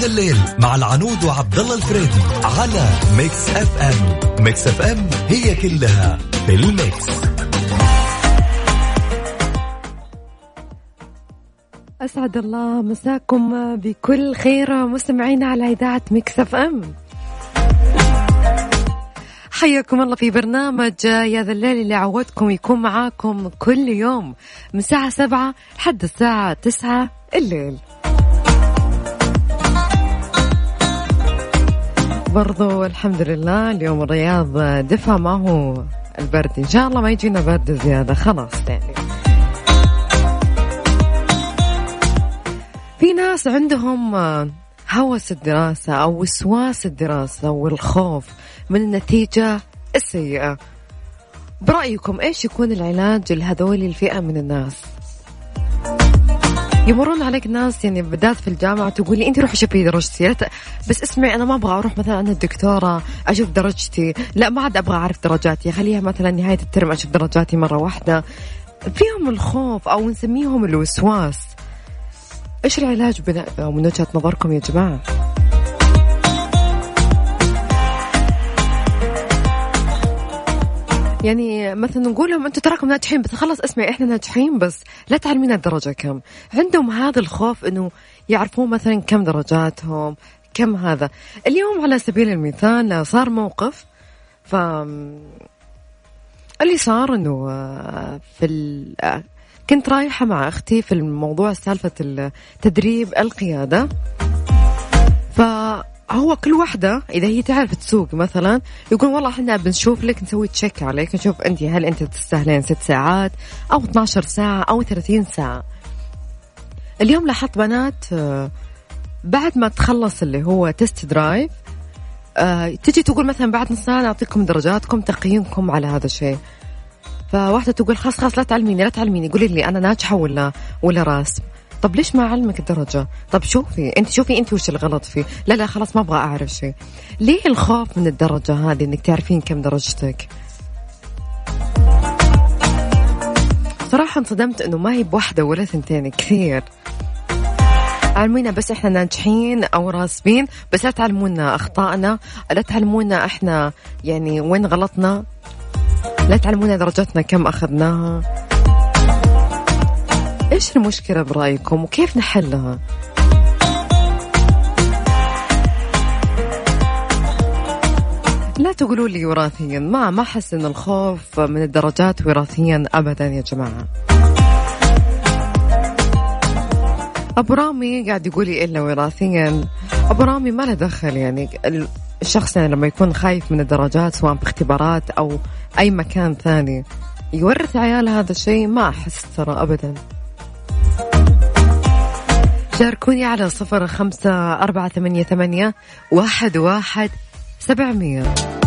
هذا الليل مع العنود وعبد الله الفريدي على ميكس اف ام. ميكس اف ام هي كلها بالميكس. أسعد الله مساكم بكل خير مستمعين على إذاعة ميكس اف ام. حياكم الله في برنامج يا ذا الليل اللي عودكم يكون معاكم كل يوم من الساعة 7 لحد الساعة 9 الليل. برضو الحمد لله اليوم الرياض دفى، ما هو البرد، إن شاء الله ما يجينا برد زيادة خلاص. يعني في ناس عندهم هوس الدراسة أو وسواس الدراسة والخوف من النتيجة السيئة. برأيكم إيش يكون العلاج لهذول الفئة من الناس؟ يمرون عليك ناس يعني بدأت في الجامعة تقولي أنت روحي شوفي درجتي، بس اسمعي أنا ما أبغى أروح مثلا أنا الدكتورة أشوف درجتي، لا ما عاد أبغى أعرف درجاتي، خليها مثلا نهاية الترم أشوف درجاتي مرة واحدة. فيهم الخوف أو نسميهم الوسواس. إيش العلاج من وجهة نظركم يا جماعة؟ يعني مثلا نقول لهم أنتوا تراكم ناجحين، بس خلص اسمعي إحنا ناجحين بس لا تعلمينا الدرجة كم. عندهم هذا الخوف إنه يعرفون مثلا كم درجاتهم كم هذا. اليوم على سبيل المثال صار موقف، اللي صار إنه كنت رايحة مع أختي في الموضوع سالفة التدريب القيادة، فهو كل واحدة إذا هي تعرف تسوق مثلا يقول والله إحنا بنشوف لك نسوي تشيك عليك نشوف أنت هل أنت تستاهلين 6 ساعات أو 12 ساعة أو 30 ساعة. اليوم لاحظت بنات بعد ما تخلص اللي هو تست درايف تجي تقول مثلا بعد نص ساعة نعطيكم درجاتكم تقييمكم على هذا الشيء. فواحدة تقول خلاص لا تعلميني قولي لي أنا ناجحة ولا راسم. طب ليش ما أعلمك الدرجة؟ طب شوفي أنت وش الغلط فيه؟ لا خلاص ما أبغى أعرف شيء. ليه الخوف من الدرجة هذه إنك تعرفين كم درجتك؟ صراحة انصدمت إنه ما هي بواحدة ولا ثنتين، كثير. علمونا بس إحنا ناجحين أو راسبين، بس لا تعلمونا أخطائنا، لا تعلمونا إحنا يعني وين غلطنا، لا تعلمونا درجاتنا كم أخذناها. إيش المشكلة برأيكم وكيف نحلها؟ لا تقولوا لي وراثيا، ما أحس إن الخوف من الدرجات وراثيا أبدا يا جماعة. أبو رامي قاعد يقولي إلا وراثيا. أبو رامي ما له دخل، يعني الشخص يعني لما يكون خايف من الدرجات سواء باختبارات أو أي مكان ثاني يورث عياله هذا الشيء، ما أحس ترى أبدا. شاركوني على 0548811700.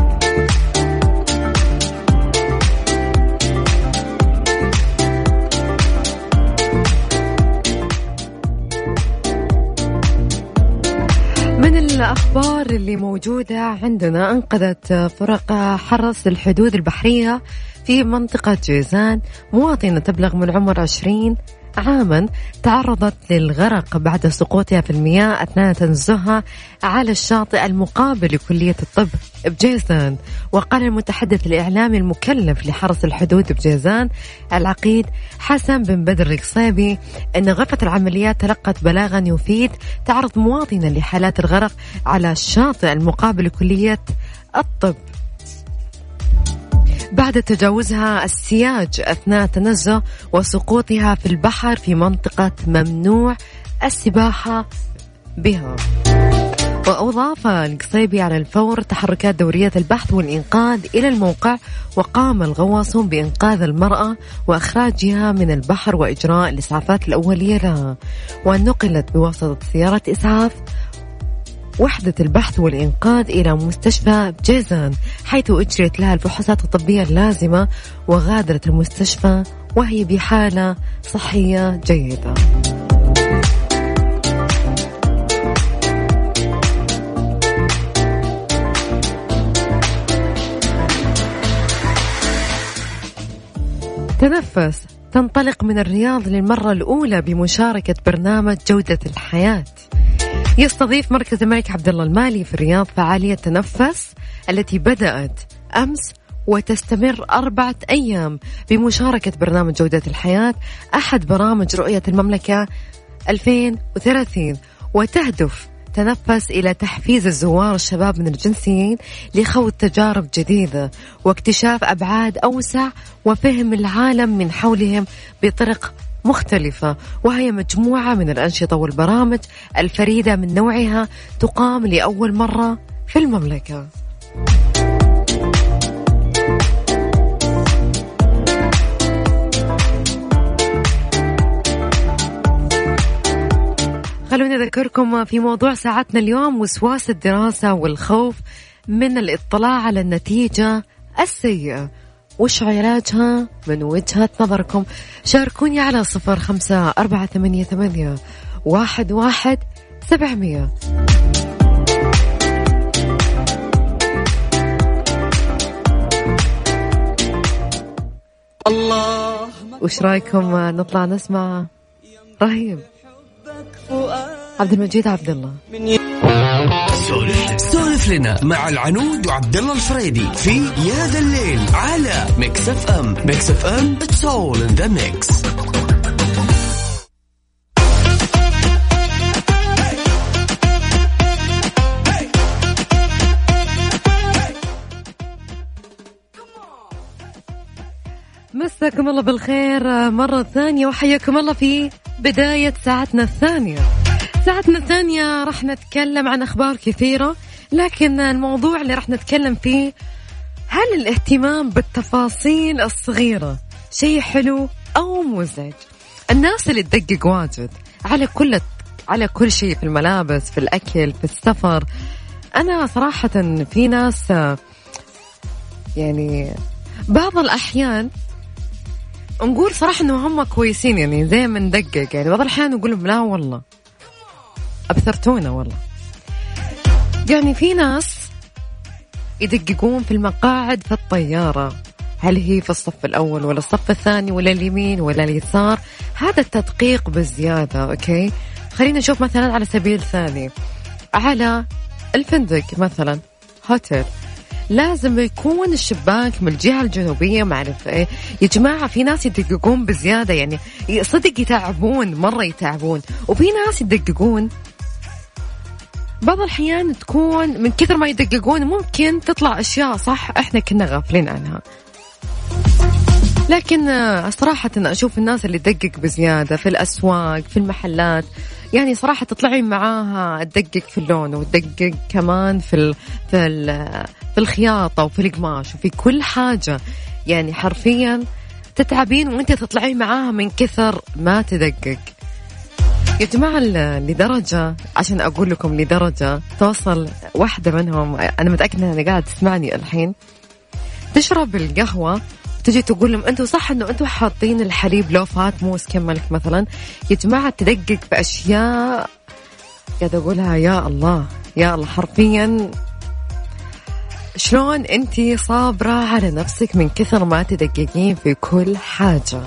من الأخبار اللي موجودة عندنا، أنقذت فرق حرس الحدود البحرية في منطقة جيزان مواطنة تبلغ من عمر 20 عاما تعرضت للغرق بعد سقوطها في المياه أثناء تنزهها على الشاطئ المقابل لكلية الطب بجيزان. وقال المتحدث الإعلامي المكلف لحرس الحدود بجيزان العقيد حسن بن بدر القصيبي أن غرفة العمليات تلقت بلاغا يفيد تعرض مواطنة لحالات الغرق على الشاطئ المقابل لكلية الطب بعد تجاوزها السياج أثناء تنزه وسقوطها في البحر في منطقة ممنوع السباحة بها. وأضاف القصيبي على الفور تحركات دورية البحث والإنقاذ إلى الموقع، وقام الغواصون بإنقاذ المرأة وإخراجها من البحر وإجراء الإسعافات الأولية لها، ونقلت بواسطة سيارة إسعاف وحدة البحث والإنقاذ إلى مستشفى جيزان حيث أجريت لها الفحوصات الطبية اللازمة، وغادرت المستشفى وهي بحالة صحية جيدة. تنفس تنطلق من الرياض للمرة الأولى بمشاركة برنامج جودة الحياة. يستضيف مركز الملك عبدالله المالي في الرياض فعالية تنفس التي بدأت أمس وتستمر 4 أيام بمشاركة برنامج جودة الحياة أحد برامج رؤية المملكة 2030، وتهدف تنفس إلى تحفيز الزوار الشباب من الجنسيين لخوض تجارب جديدة واكتشاف أبعاد أوسع وفهم العالم من حولهم بطرق مختلفة. وهي مجموعة من الأنشطة والبرامج الفريدة من نوعها تقام لأول مرة في المملكة. خلوني أذكركم في موضوع ساعتنا اليوم: وسواس الدراسة والخوف من الاطلاع على النتيجة السيئة، وش علاجها من وجهة نظركم؟ شاركوني على 0548811700. الله، وش رايكم نطلع نسمع رهيب عبد المجيد عبد الله؟ سولف لنا مع العنود وعبد الله الفريدي في يا ذا الليل على ميكس اف ام. ميكس اف ام it's all in the mix. مساكم الله بالخير مرة ثانية وحياكم الله في بداية ساعتنا الثانية. ساعتنا الثانية رح نتكلم عن أخبار كثيرة، لكن الموضوع اللي رح نتكلم فيه: هل الاهتمام بالتفاصيل الصغيرة شيء حلو أو مزعج؟ الناس اللي تدقق واجد على كل شيء في الملابس، في الأكل، في السفر. أنا صراحة في ناس يعني بعض الأحيان نقول صراحة إنه هم كويسين، يعني زي ما ندقق، يعني بعض الأحيان نقول لهم لا والله أبثرتونا والله. يعني في ناس يدققون في المقاعد في الطيارة، هل هي في الصف الأول ولا الصف الثاني ولا اليمين ولا اليسار. هذا التدقيق بزيادة. أوكي، خلينا نشوف مثلا على سبيل ثاني على الفندق مثلا، هوتيل، لازم يكون الشباك من الجهة الجنوبية. معرف إيه يا جماعة، في ناس يدققون بزيادة، يعني صدق يتعبون مرة يتعبون. وفي ناس يدققون بعض الأحيان تكون من كثر ما يدققون ممكن تطلع أشياء صح إحنا كنا غافلين عنها. لكن صراحة أشوف الناس اللي تدقق بزيادة في الأسواق، في المحلات، يعني صراحة تطلعي معاها تدقق في اللون وتدقق كمان في الخياطة وفي القماش وفي كل حاجة. يعني حرفيا تتعبين وانت تطلعي معاها من كثر ما تدقق. يا جماعة لدرجة، عشان أقول لكم لدرجة توصل واحدة منهم، أنا متأكدة أنها قاعدة تسمعني الحين، تشرب القهوة تجي تقول لهم أنتوا صح أنه أنتوا حاطين الحليب لو فات موس كملك مثلا. يا جماعة تدقق في أشياء قاعدة أقولها يا الله يا الله، حرفيا شلون أنتي صابرة على نفسك من كثر ما تدققين في كل حاجة.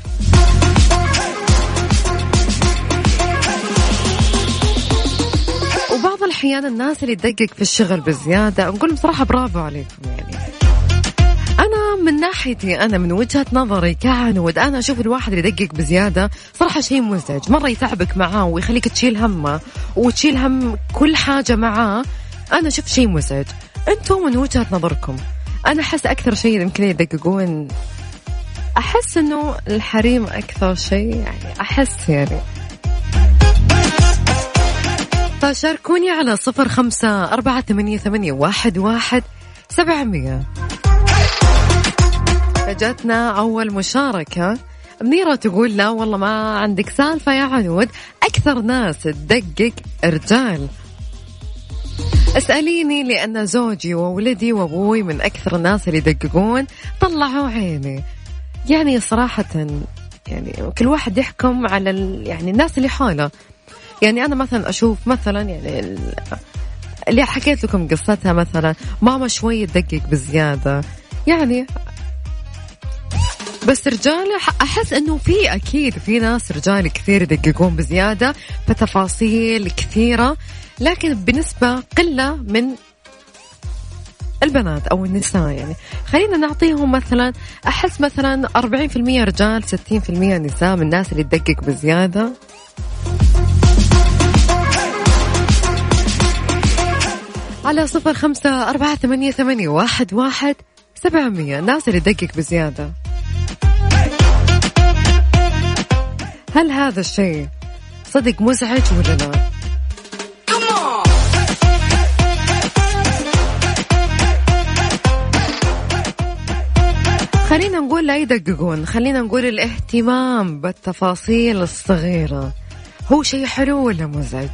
وبعض الأحيان الناس اللي تدقق في الشغل بزيادة نقول لهم صراحة برافو عليكم. يعني أنا من ناحيتي، أنا من وجهة نظري كعنود، أنا أشوف الواحد اللي يدقق بزيادة صراحة شيء مزعج، مرة يتعبك معاه ويخليك تشيل همه وتشيل هم كل حاجة معاه. أنا أشوف شيء مزعج. أنتم من وجهة نظركم، أنا أحس أكثر شيء يمكن يدققون، أحس إنه الحريم أكثر شيء، يعني أحس يعني. فشاركوني على 0548811700. جاتنا أول مشاركة، منيرة تقول لا والله ما عندك سالفة يا عنود، أكثر ناس تدقق رجال. اسأليني لأن زوجي وولدي وأبوي من أكثر الناس اللي يدققون، طلعوا عيني. يعني صراحة يعني كل واحد يحكم على يعني الناس اللي حوله. يعني أنا مثلا أشوف مثلا يعني اللي حكيت لكم قصتها، مثلا ماما شوي تدقق بزيادة، يعني بس رجال أحس أنه في أكيد في ناس رجال كثير يدققون بزيادة في تفاصيل كثيرة، لكن بنسبة قلة من البنات أو النساء. يعني خلينا نعطيهم مثلا، أحس مثلا 40% رجال 60% نساء من الناس اللي تدقق بزيادة. على 0548811700 الناس اللي تدقق بزيادة، هل هذا الشيء صدق مزعج ولا لا؟ خلينا نقول لا يدققون، خلينا نقول الاهتمام بالتفاصيل الصغيرة هو شيء حلو ولا مزعج؟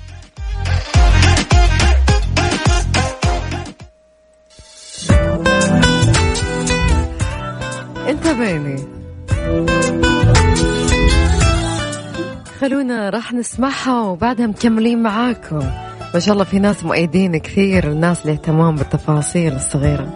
انتبهني، خلونا راح نسمعها وبعدها مكملين معاكم. ما شاء الله في ناس مؤيدين كثير، الناس الاهتمام بالتفاصيل الصغيرة.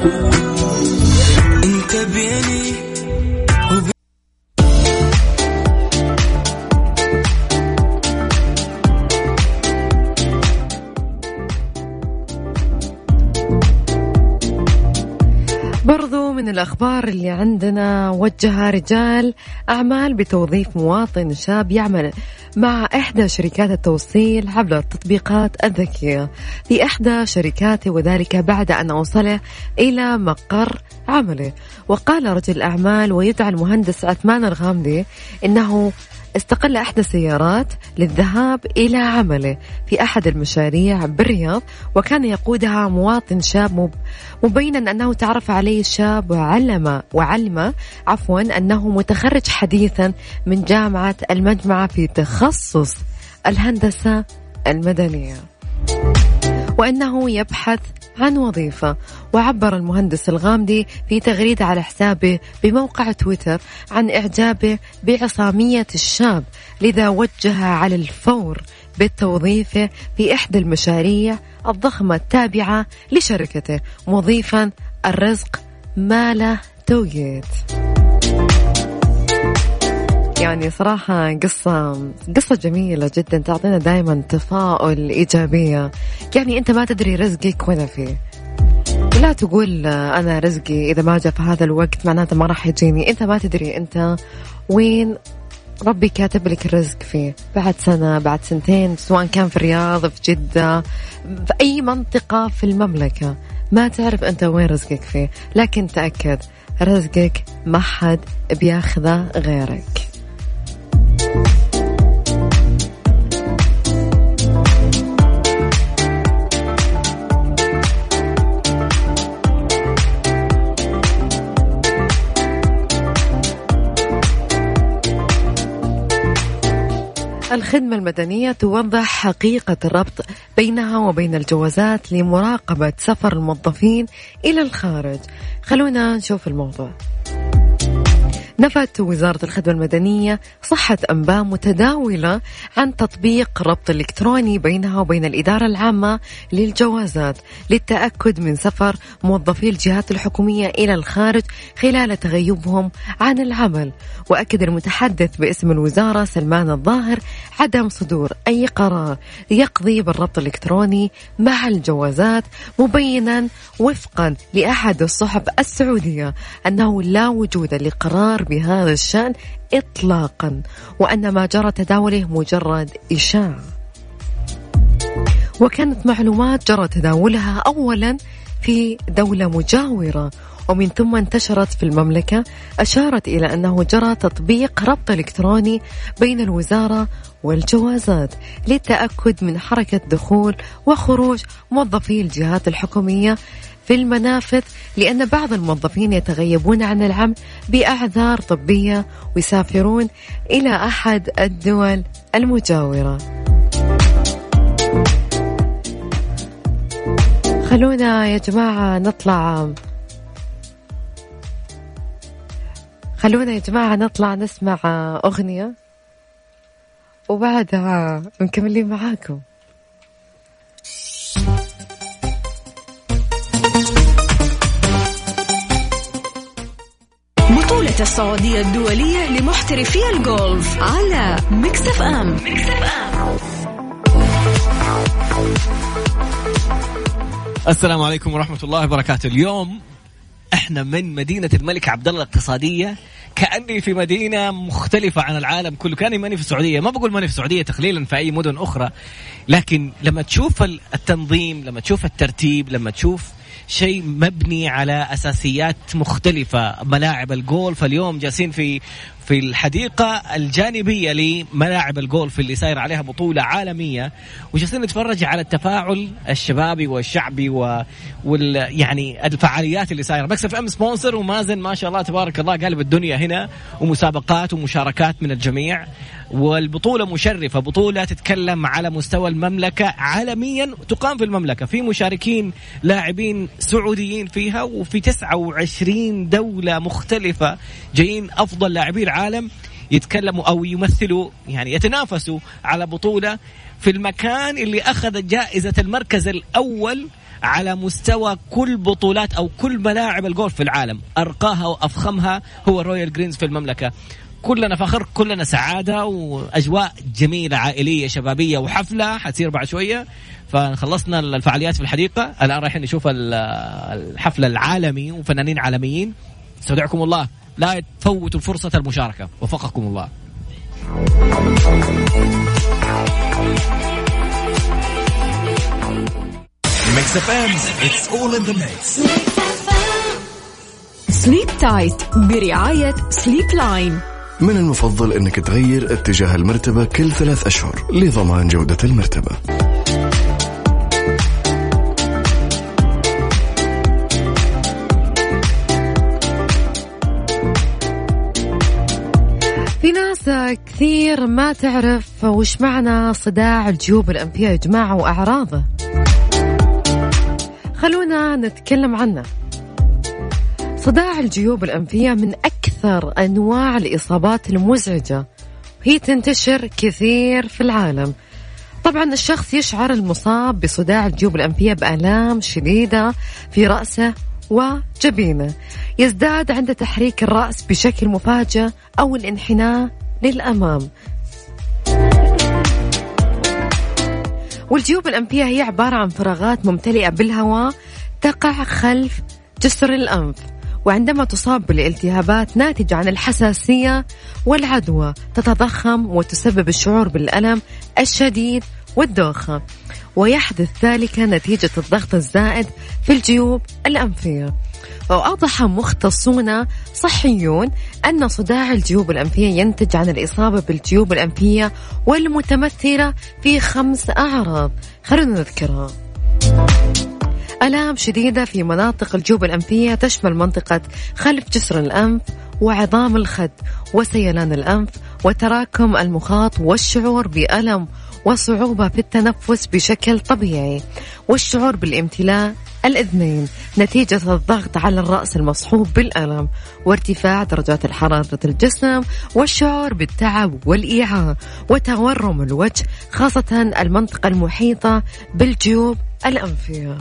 برضو من الأخبار اللي عندنا، وجه رجال أعمال بتوظيف مواطن شاب يعمل مع إحدى شركات التوصيل عبر التطبيقات الذكية في إحدى شركاته، وذلك بعد أن وصل إلى مقر عمله. وقال رجل الأعمال ويدعى المهندس عثمان الغامدي إنه استقل إحدى السيارات للذهاب إلى عمله في أحد المشاريع بالرياض، وكان يقودها مواطن شاب، مبينا أنه تعرف عليه الشاب وعلم أنه متخرج حديثا من جامعة المجمع في تخصص الهندسة المدنية، وأنه يبحث عن وظيفة. وعبر المهندس الغامدي في تغريدة على حسابه بموقع تويتر عن إعجابه بعصامية الشاب، لذا وجه على الفور بالتوظيف في إحدى المشاريع الضخمة التابعة لشركته، مضيفا الرزق ما له توقيت. يعني صراحة قصة جميلة جدا، تعطينا دائما تفاؤل إيجابية. يعني أنت ما تدري رزقك وين فيه، لا تقول أنا رزقي إذا ما جاء في هذا الوقت معناته ما راح يجيني. أنت ما تدري أنت وين ربي كاتب لك الرزق فيه، بعد سنة بعد سنتين، سواء كان في الرياض في جدة في أي منطقة في المملكة، ما تعرف أنت وين رزقك فيه. لكن تأكد رزقك ما حد بياخذه غيرك. الخدمة المدنية توضح حقيقة الربط بينها وبين الجوازات لمراقبة سفر الموظفين إلى الخارج. خلونا نشوف الموضوع. نفت وزارة الخدمة المدنية صحة أنباء متداولة عن تطبيق ربط إلكتروني بينها وبين الإدارة العامة للجوازات للتأكد من سفر موظفي الجهات الحكومية إلى الخارج خلال تغيبهم عن العمل. وأكد المتحدث باسم الوزارة سلمان الظاهر عدم صدور أي قرار يقضي بالربط الإلكتروني مع الجوازات، مبينا وفقا لأحد الصحف السعودية أنه لا وجود لقرار بهذا الشأن إطلاقا، وأن ما جرى تداوله مجرد إشاعة. وكانت معلومات جرى تداولها أولا في دولة مجاورة ومن ثم انتشرت في المملكة، أشارت إلى أنه جرى تطبيق ربط إلكتروني بين الوزارة والجوازات للتأكد من حركة دخول وخروج موظفي الجهات الحكومية في المنافذ، لأن بعض الموظفين يتغيبون عن العمل بأعذار طبية ويسافرون إلى أحد الدول المجاورة. خلونا يا جماعة نطلع نسمع أغنية وبعدها نكملين معاكم. بطولة رابطة السعودية الدولية لمحترفي الجولف على ميكس اف ام. السلام عليكم ورحمة الله وبركاته. اليوم احنا من مدينة الملك عبدالله الاقتصادية، كأني في مدينة مختلفة عن العالم كله، كأني ماني في السعودية. ما بقول ماني في السعودية تقليلا في أي مدن أخرى، لكن لما تشوف التنظيم، لما تشوف الترتيب، لما تشوف شيء مبني على أساسيات مختلفة. ملاعب الجولف اليوم جالسين في الحديقة الجانبية لملاعب الجولف اللي صاير عليها بطولة عالمية، وجالسين نتفرج على التفاعل الشبابي والشعبي يعني الفعاليات اللي صايرة. مكس اف ام سبونسر، ومازن ما شاء الله تبارك الله قالب الدنيا هنا، ومسابقات ومشاركات من الجميع، والبطولة مشرفة، بطولة تتكلم على مستوى المملكة عالميا، تقام في المملكة، في مشاركين لاعبين سعوديين فيها، وفي 29 دولة مختلفة جايين أفضل لاعبي العالم يتكلموا أو يمثلوا، يعني يتنافسوا على بطولة في المكان اللي أخذ جائزة المركز الأول على مستوى كل بطولات أو كل ملاعب الجولف في العالم. أرقاها وأفخمها هو رويال جرينز في المملكة. كلنا فخر، كلنا سعادة، وأجواء جميلة عائلية شبابية، وحفلة حتصير بعد شوية. فخلصنا الفعاليات في الحديقة، الآن رايحين نشوف الحفلة العالمي وفنانين عالميين. استودعكم الله، لا تفوتوا فرصة المشاركة، وفقكم الله. Mix FM, it's all in the mix. سليب تايت برعاية سليب لاين. من المفضل أنك تغير اتجاه المرتبة كل 3 أشهر لضمان جودة المرتبة. في ناس كثير ما تعرف وش معنى صداع الجيوب الأنفية يا جماعة وأعراضه. خلونا نتكلم عنه. صداع الجيوب الأنفية من أكثر أنواع الإصابات المزعجة، هي تنتشر كثير في العالم. طبعا الشخص يشعر المصاب بصداع الجيوب الأنفية بآلام شديدة في رأسه وجبينه، يزداد عند تحريك الرأس بشكل مفاجئ أو الانحناء للأمام. والجيوب الأنفية هي عبارة عن فراغات ممتلئة بالهواء تقع خلف جسر الأنف، وعندما تصاب بالالتهابات ناتجة عن الحساسية والعدوى تتضخم وتسبب الشعور بالألم الشديد والدوخة، ويحدث ذلك نتيجة الضغط الزائد في الجيوب الأنفية. وأوضح مختصون صحيون أن صداع الجيوب الأنفية ينتج عن الإصابة بالجيوب الأنفية والمتمثلة في 5 أعراض. خلونا نذكرها. آلام شديدة في مناطق الجيوب الأنفية تشمل منطقة خلف جسر الأنف وعظام الخد وسيلان الأنف وتراكم المخاط، والشعور بألم وصعوبة في التنفس بشكل طبيعي، والشعور بالامتلاء الأذنين نتيجة الضغط على الرأس المصحوب بالألم، وارتفاع درجات الحرارة الجسم، والشعور بالتعب والإيعاء، وتورم الوجه خاصة المنطقة المحيطة بالجيوب الأنفية.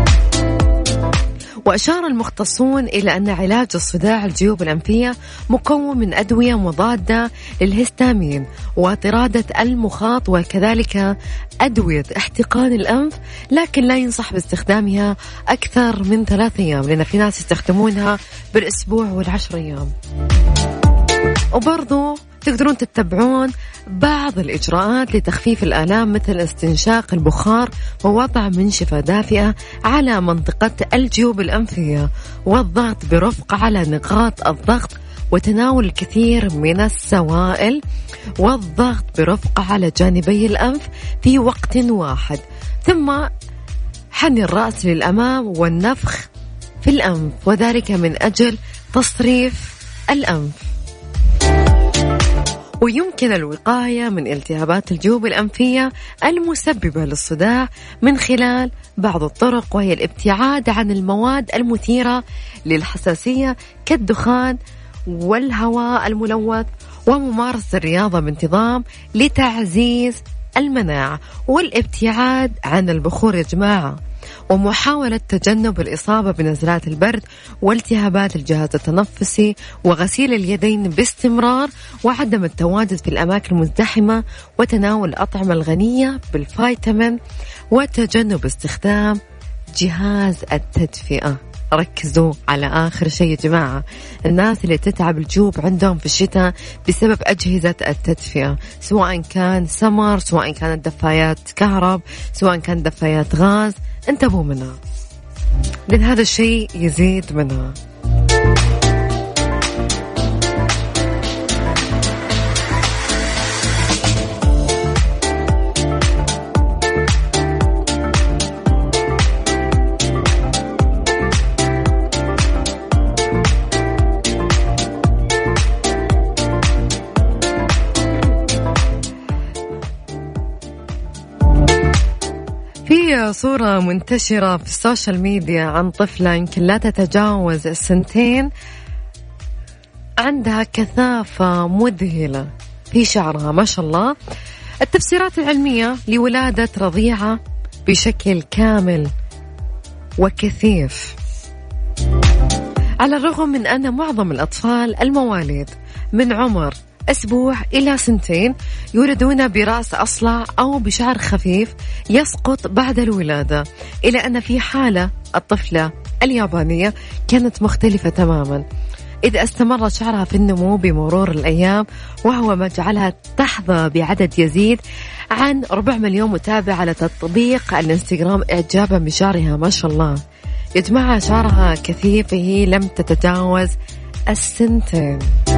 وأشار المختصون إلى أن علاج الصداع الجيوب الأنفية مكون من أدوية مضادة للهستامين وطرادة المخاط، وكذلك أدوية احتقان الأنف، لكن لا ينصح باستخدامها أكثر من 3 أيام، لأن في ناس يستخدمونها بالأسبوع وال10 أيام. وبرضو تقدرون تتبعون بعض الإجراءات لتخفيف الآلام، مثل استنشاق البخار ووضع منشفة دافئة على منطقة الجيوب الأنفية، والضغط برفق على نقاط الضغط، وتناول الكثير من السوائل، والضغط برفق على جانبي الأنف في وقت واحد، ثم حن الرأس للأمام والنفخ في الأنف، وذلك من أجل تصريف الأنف. ويمكن الوقاية من التهابات الجيوب الأنفية المسببة للصداع من خلال بعض الطرق، وهي الابتعاد عن المواد المثيرة للحساسية كالدخان والهواء الملوث، وممارسة الرياضة بانتظام لتعزيز المناعة والابتعاد عن البخور يا جماعة، ومحاولة تجنب الإصابة بنزلات البرد والتهابات الجهاز التنفسي، وغسيل اليدين باستمرار، وعدم التواجد في الأماكن المزدحمة، وتناول الأطعمة الغنية بالفيتامين، وتجنب استخدام جهاز التدفئة. ركزوا على آخر شيء يا جماعة، الناس اللي تتعب الجوب عندهم في الشتاء بسبب أجهزة التدفئة، سواء كان سمر، سواء كانت دفايات كهرب، سواء كانت دفايات غاز، انتبهوا منها لأن هذا الشيء يزيد منها. في صورة منتشرة في السوشيال ميديا عن طفلة يمكن لا تتجاوز 2 عندها كثافة مذهلة في شعرها ما شاء الله. التفسيرات العلمية لولادة رضيعة بشكل كامل وكثيف، على الرغم من أن معظم الأطفال المواليد من عمر أسبوع إلى 2 يولدون برأس أصلع أو بشعر خفيف يسقط بعد الولادة، إلى أن في حالة الطفلة اليابانية كانت مختلفة تماما، إذ استمر شعرها في النمو بمرور الأيام، وهو ما جعلها تحظى بعدد يزيد عن 4 مليون متابع على تطبيق الانستغرام إعجابا بشعرها ما شاء الله. يا جماعة شعرها كثيف، هي لم تتجاوز 2.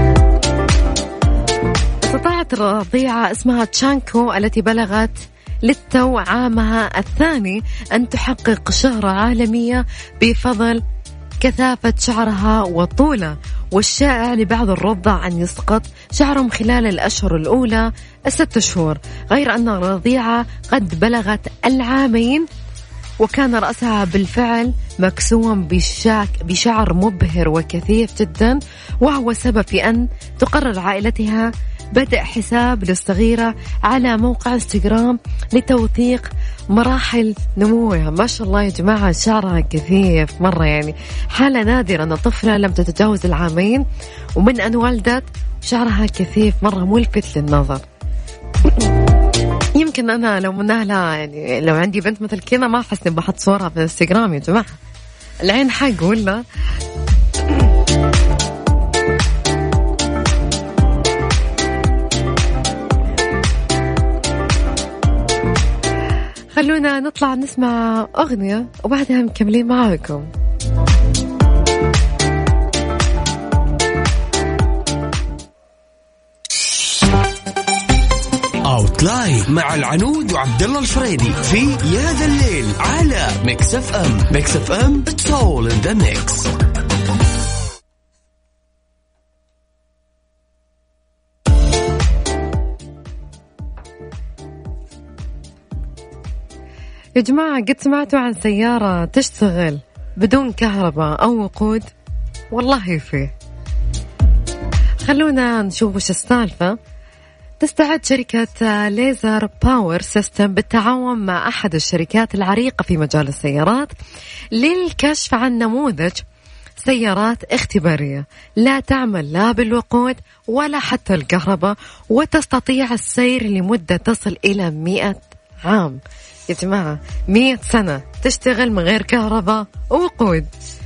استطاعت الرضيعة اسمها تشانكو التي بلغت للتو عامها 2 أن تحقق شهرة عالمية بفضل كثافة شعرها وطوله، والشائع لبعض الرضع أن يسقط شعرهم خلال الأشهر الأولى 6 شهور، غير أن الرضيعة قد بلغت 2 وكان رأسها بالفعل مكسوم بشعر مبهر وكثيف جدا، وهو سبب في أن تقرر عائلتها بدء حساب للصغيرة على موقع انستغرام لتوثيق مراحل نموها. ما شاء الله يا جماعة شعرها كثيف مرة، يعني حالة نادرة أن طفلة لم تتجاوز 2 ومن أن ولدت شعرها كثيف مرة ملفت للنظر. يمكن أنا لو من أهلها، يعني لو عندي بنت مثل كذا ما أحس إني بحط صورها في الانستغرام يا جماعة، العين حق ولا. خلونا نطلع نسمع أغنية وبعدها مكملين معاكم. اوتلاين مع العنود وعبد الله الفريدي في يا ذا الليل على ميكس اف ام. ميكس اف ام it's all in the mix. يا جماعة قد سمعتوا عن سيارة تشتغل بدون كهرباء أو وقود؟ والله فيه. خلونا نشوف وش السالفة. تستعد شركة ليزر باور سيستم بالتعاون مع أحد الشركات العريقة في مجال السيارات للكشف عن نموذج سيارات اختبارية لا تعمل لا بالوقود ولا حتى الكهرباء، وتستطيع السير لمدة تصل إلى 100 عام. يا جماعة 100 سنة تشتغل من غير كهرباء ووقود.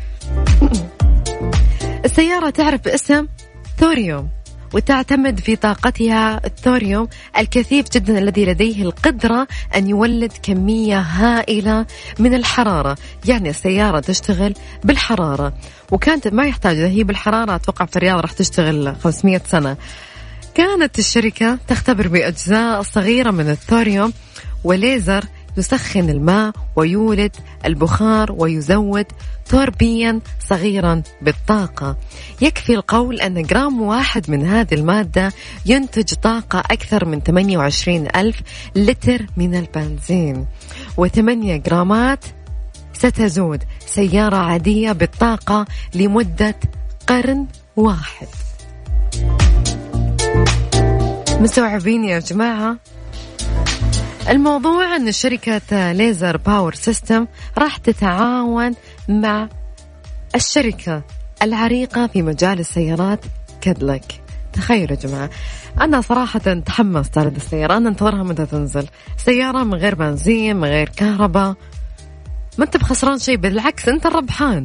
السيارة تعرف باسم ثوريوم، وتعتمد في طاقتها الثوريوم الكثيف جدا الذي لديه القدرة أن يولد كمية هائلة من الحرارة. يعني السيارة تشتغل بالحرارة، وكانت ما يحتاج، هي بالحرارة أتوقع في الرياض راح تشتغل 500 سنة. كانت الشركة تختبر بأجزاء صغيرة من الثوريوم، وليزر يسخن الماء ويولد البخار ويزود توربيا صغيرا بالطاقة. يكفي القول أن جرام واحد من هذه المادة ينتج طاقة أكثر من 28,000 لتر من البنزين، و8 جرامات ستزود سيارة عادية بالطاقة لمدة قرن واحد. مستوعبين يا جماعة؟ الموضوع أن شركة ليزر باور سيستم راح تتعاون مع الشركة العريقة في مجال السيارات كادلك. تخيلوا يا جماعة، أنا صراحة تحمست على السيارة، أنا انتظرها متى تنزل. سيارة من غير بنزين، من غير كهرباء، ما أنت بخسران شيء، بالعكس أنت الربحان.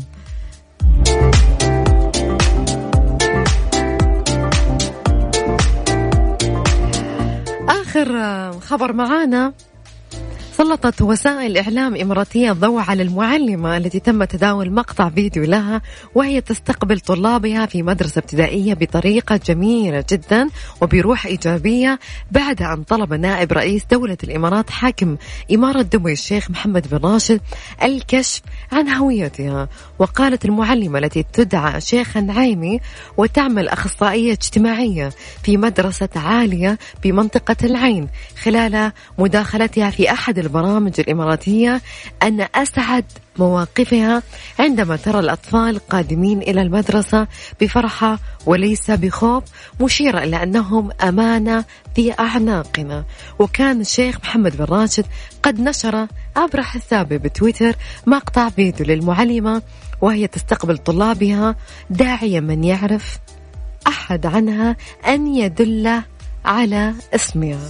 آخر خبر معانا، سلطت وسائل إعلام إماراتية الضوء على المعلمة التي تم تداول مقطع فيديو لها وهي تستقبل طلابها في مدرسة ابتدائية بطريقة جميلة جدا وبروح إيجابية، بعد أن طلب نائب رئيس دولة الإمارات حاكم إمارة دبي الشيخ محمد بن راشد الكشف عن هويتها. وقالت المعلمة التي تدعى شيخة نعيمي وتعمل أخصائية اجتماعية في مدرسة عالية بمنطقة العين خلال مداخلتها في أحد البرامج الإماراتية أن أسعد مواقفها عندما ترى الأطفال قادمين إلى المدرسة بفرحة وليس بخوف، مشيرة إلى أنهم أمانة في أعناقنا. وكان الشيخ محمد بن راشد قد نشر عبر حسابه بتويتر مقطع فيديو للمعلمة وهي تستقبل طلابها، داعية من يعرف أحد عنها أن يدل على اسمها.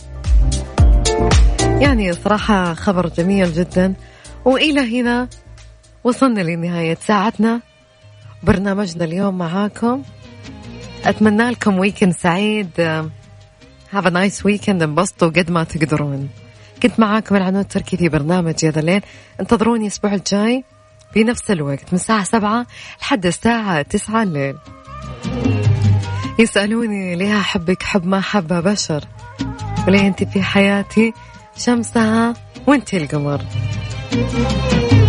يعني صراحة خبر جميل جدا. وإلى هنا وصلنا لنهاية ساعتنا برنامجنا اليوم معاكم. أتمنى لكم ويكند سعيد. have a nice weekend، انبسطوا قد ما تقدرون. كنت معاكم العنود تركي في برنامج هذا الليل. انتظروني الأسبوع الجاي في نفس الوقت من الساعة 7 لحد الساعة 9 الليل. يسألوني ليه أحبك حب ما حب بشر، وليه أنت في حياتي شمسها وانت القمر.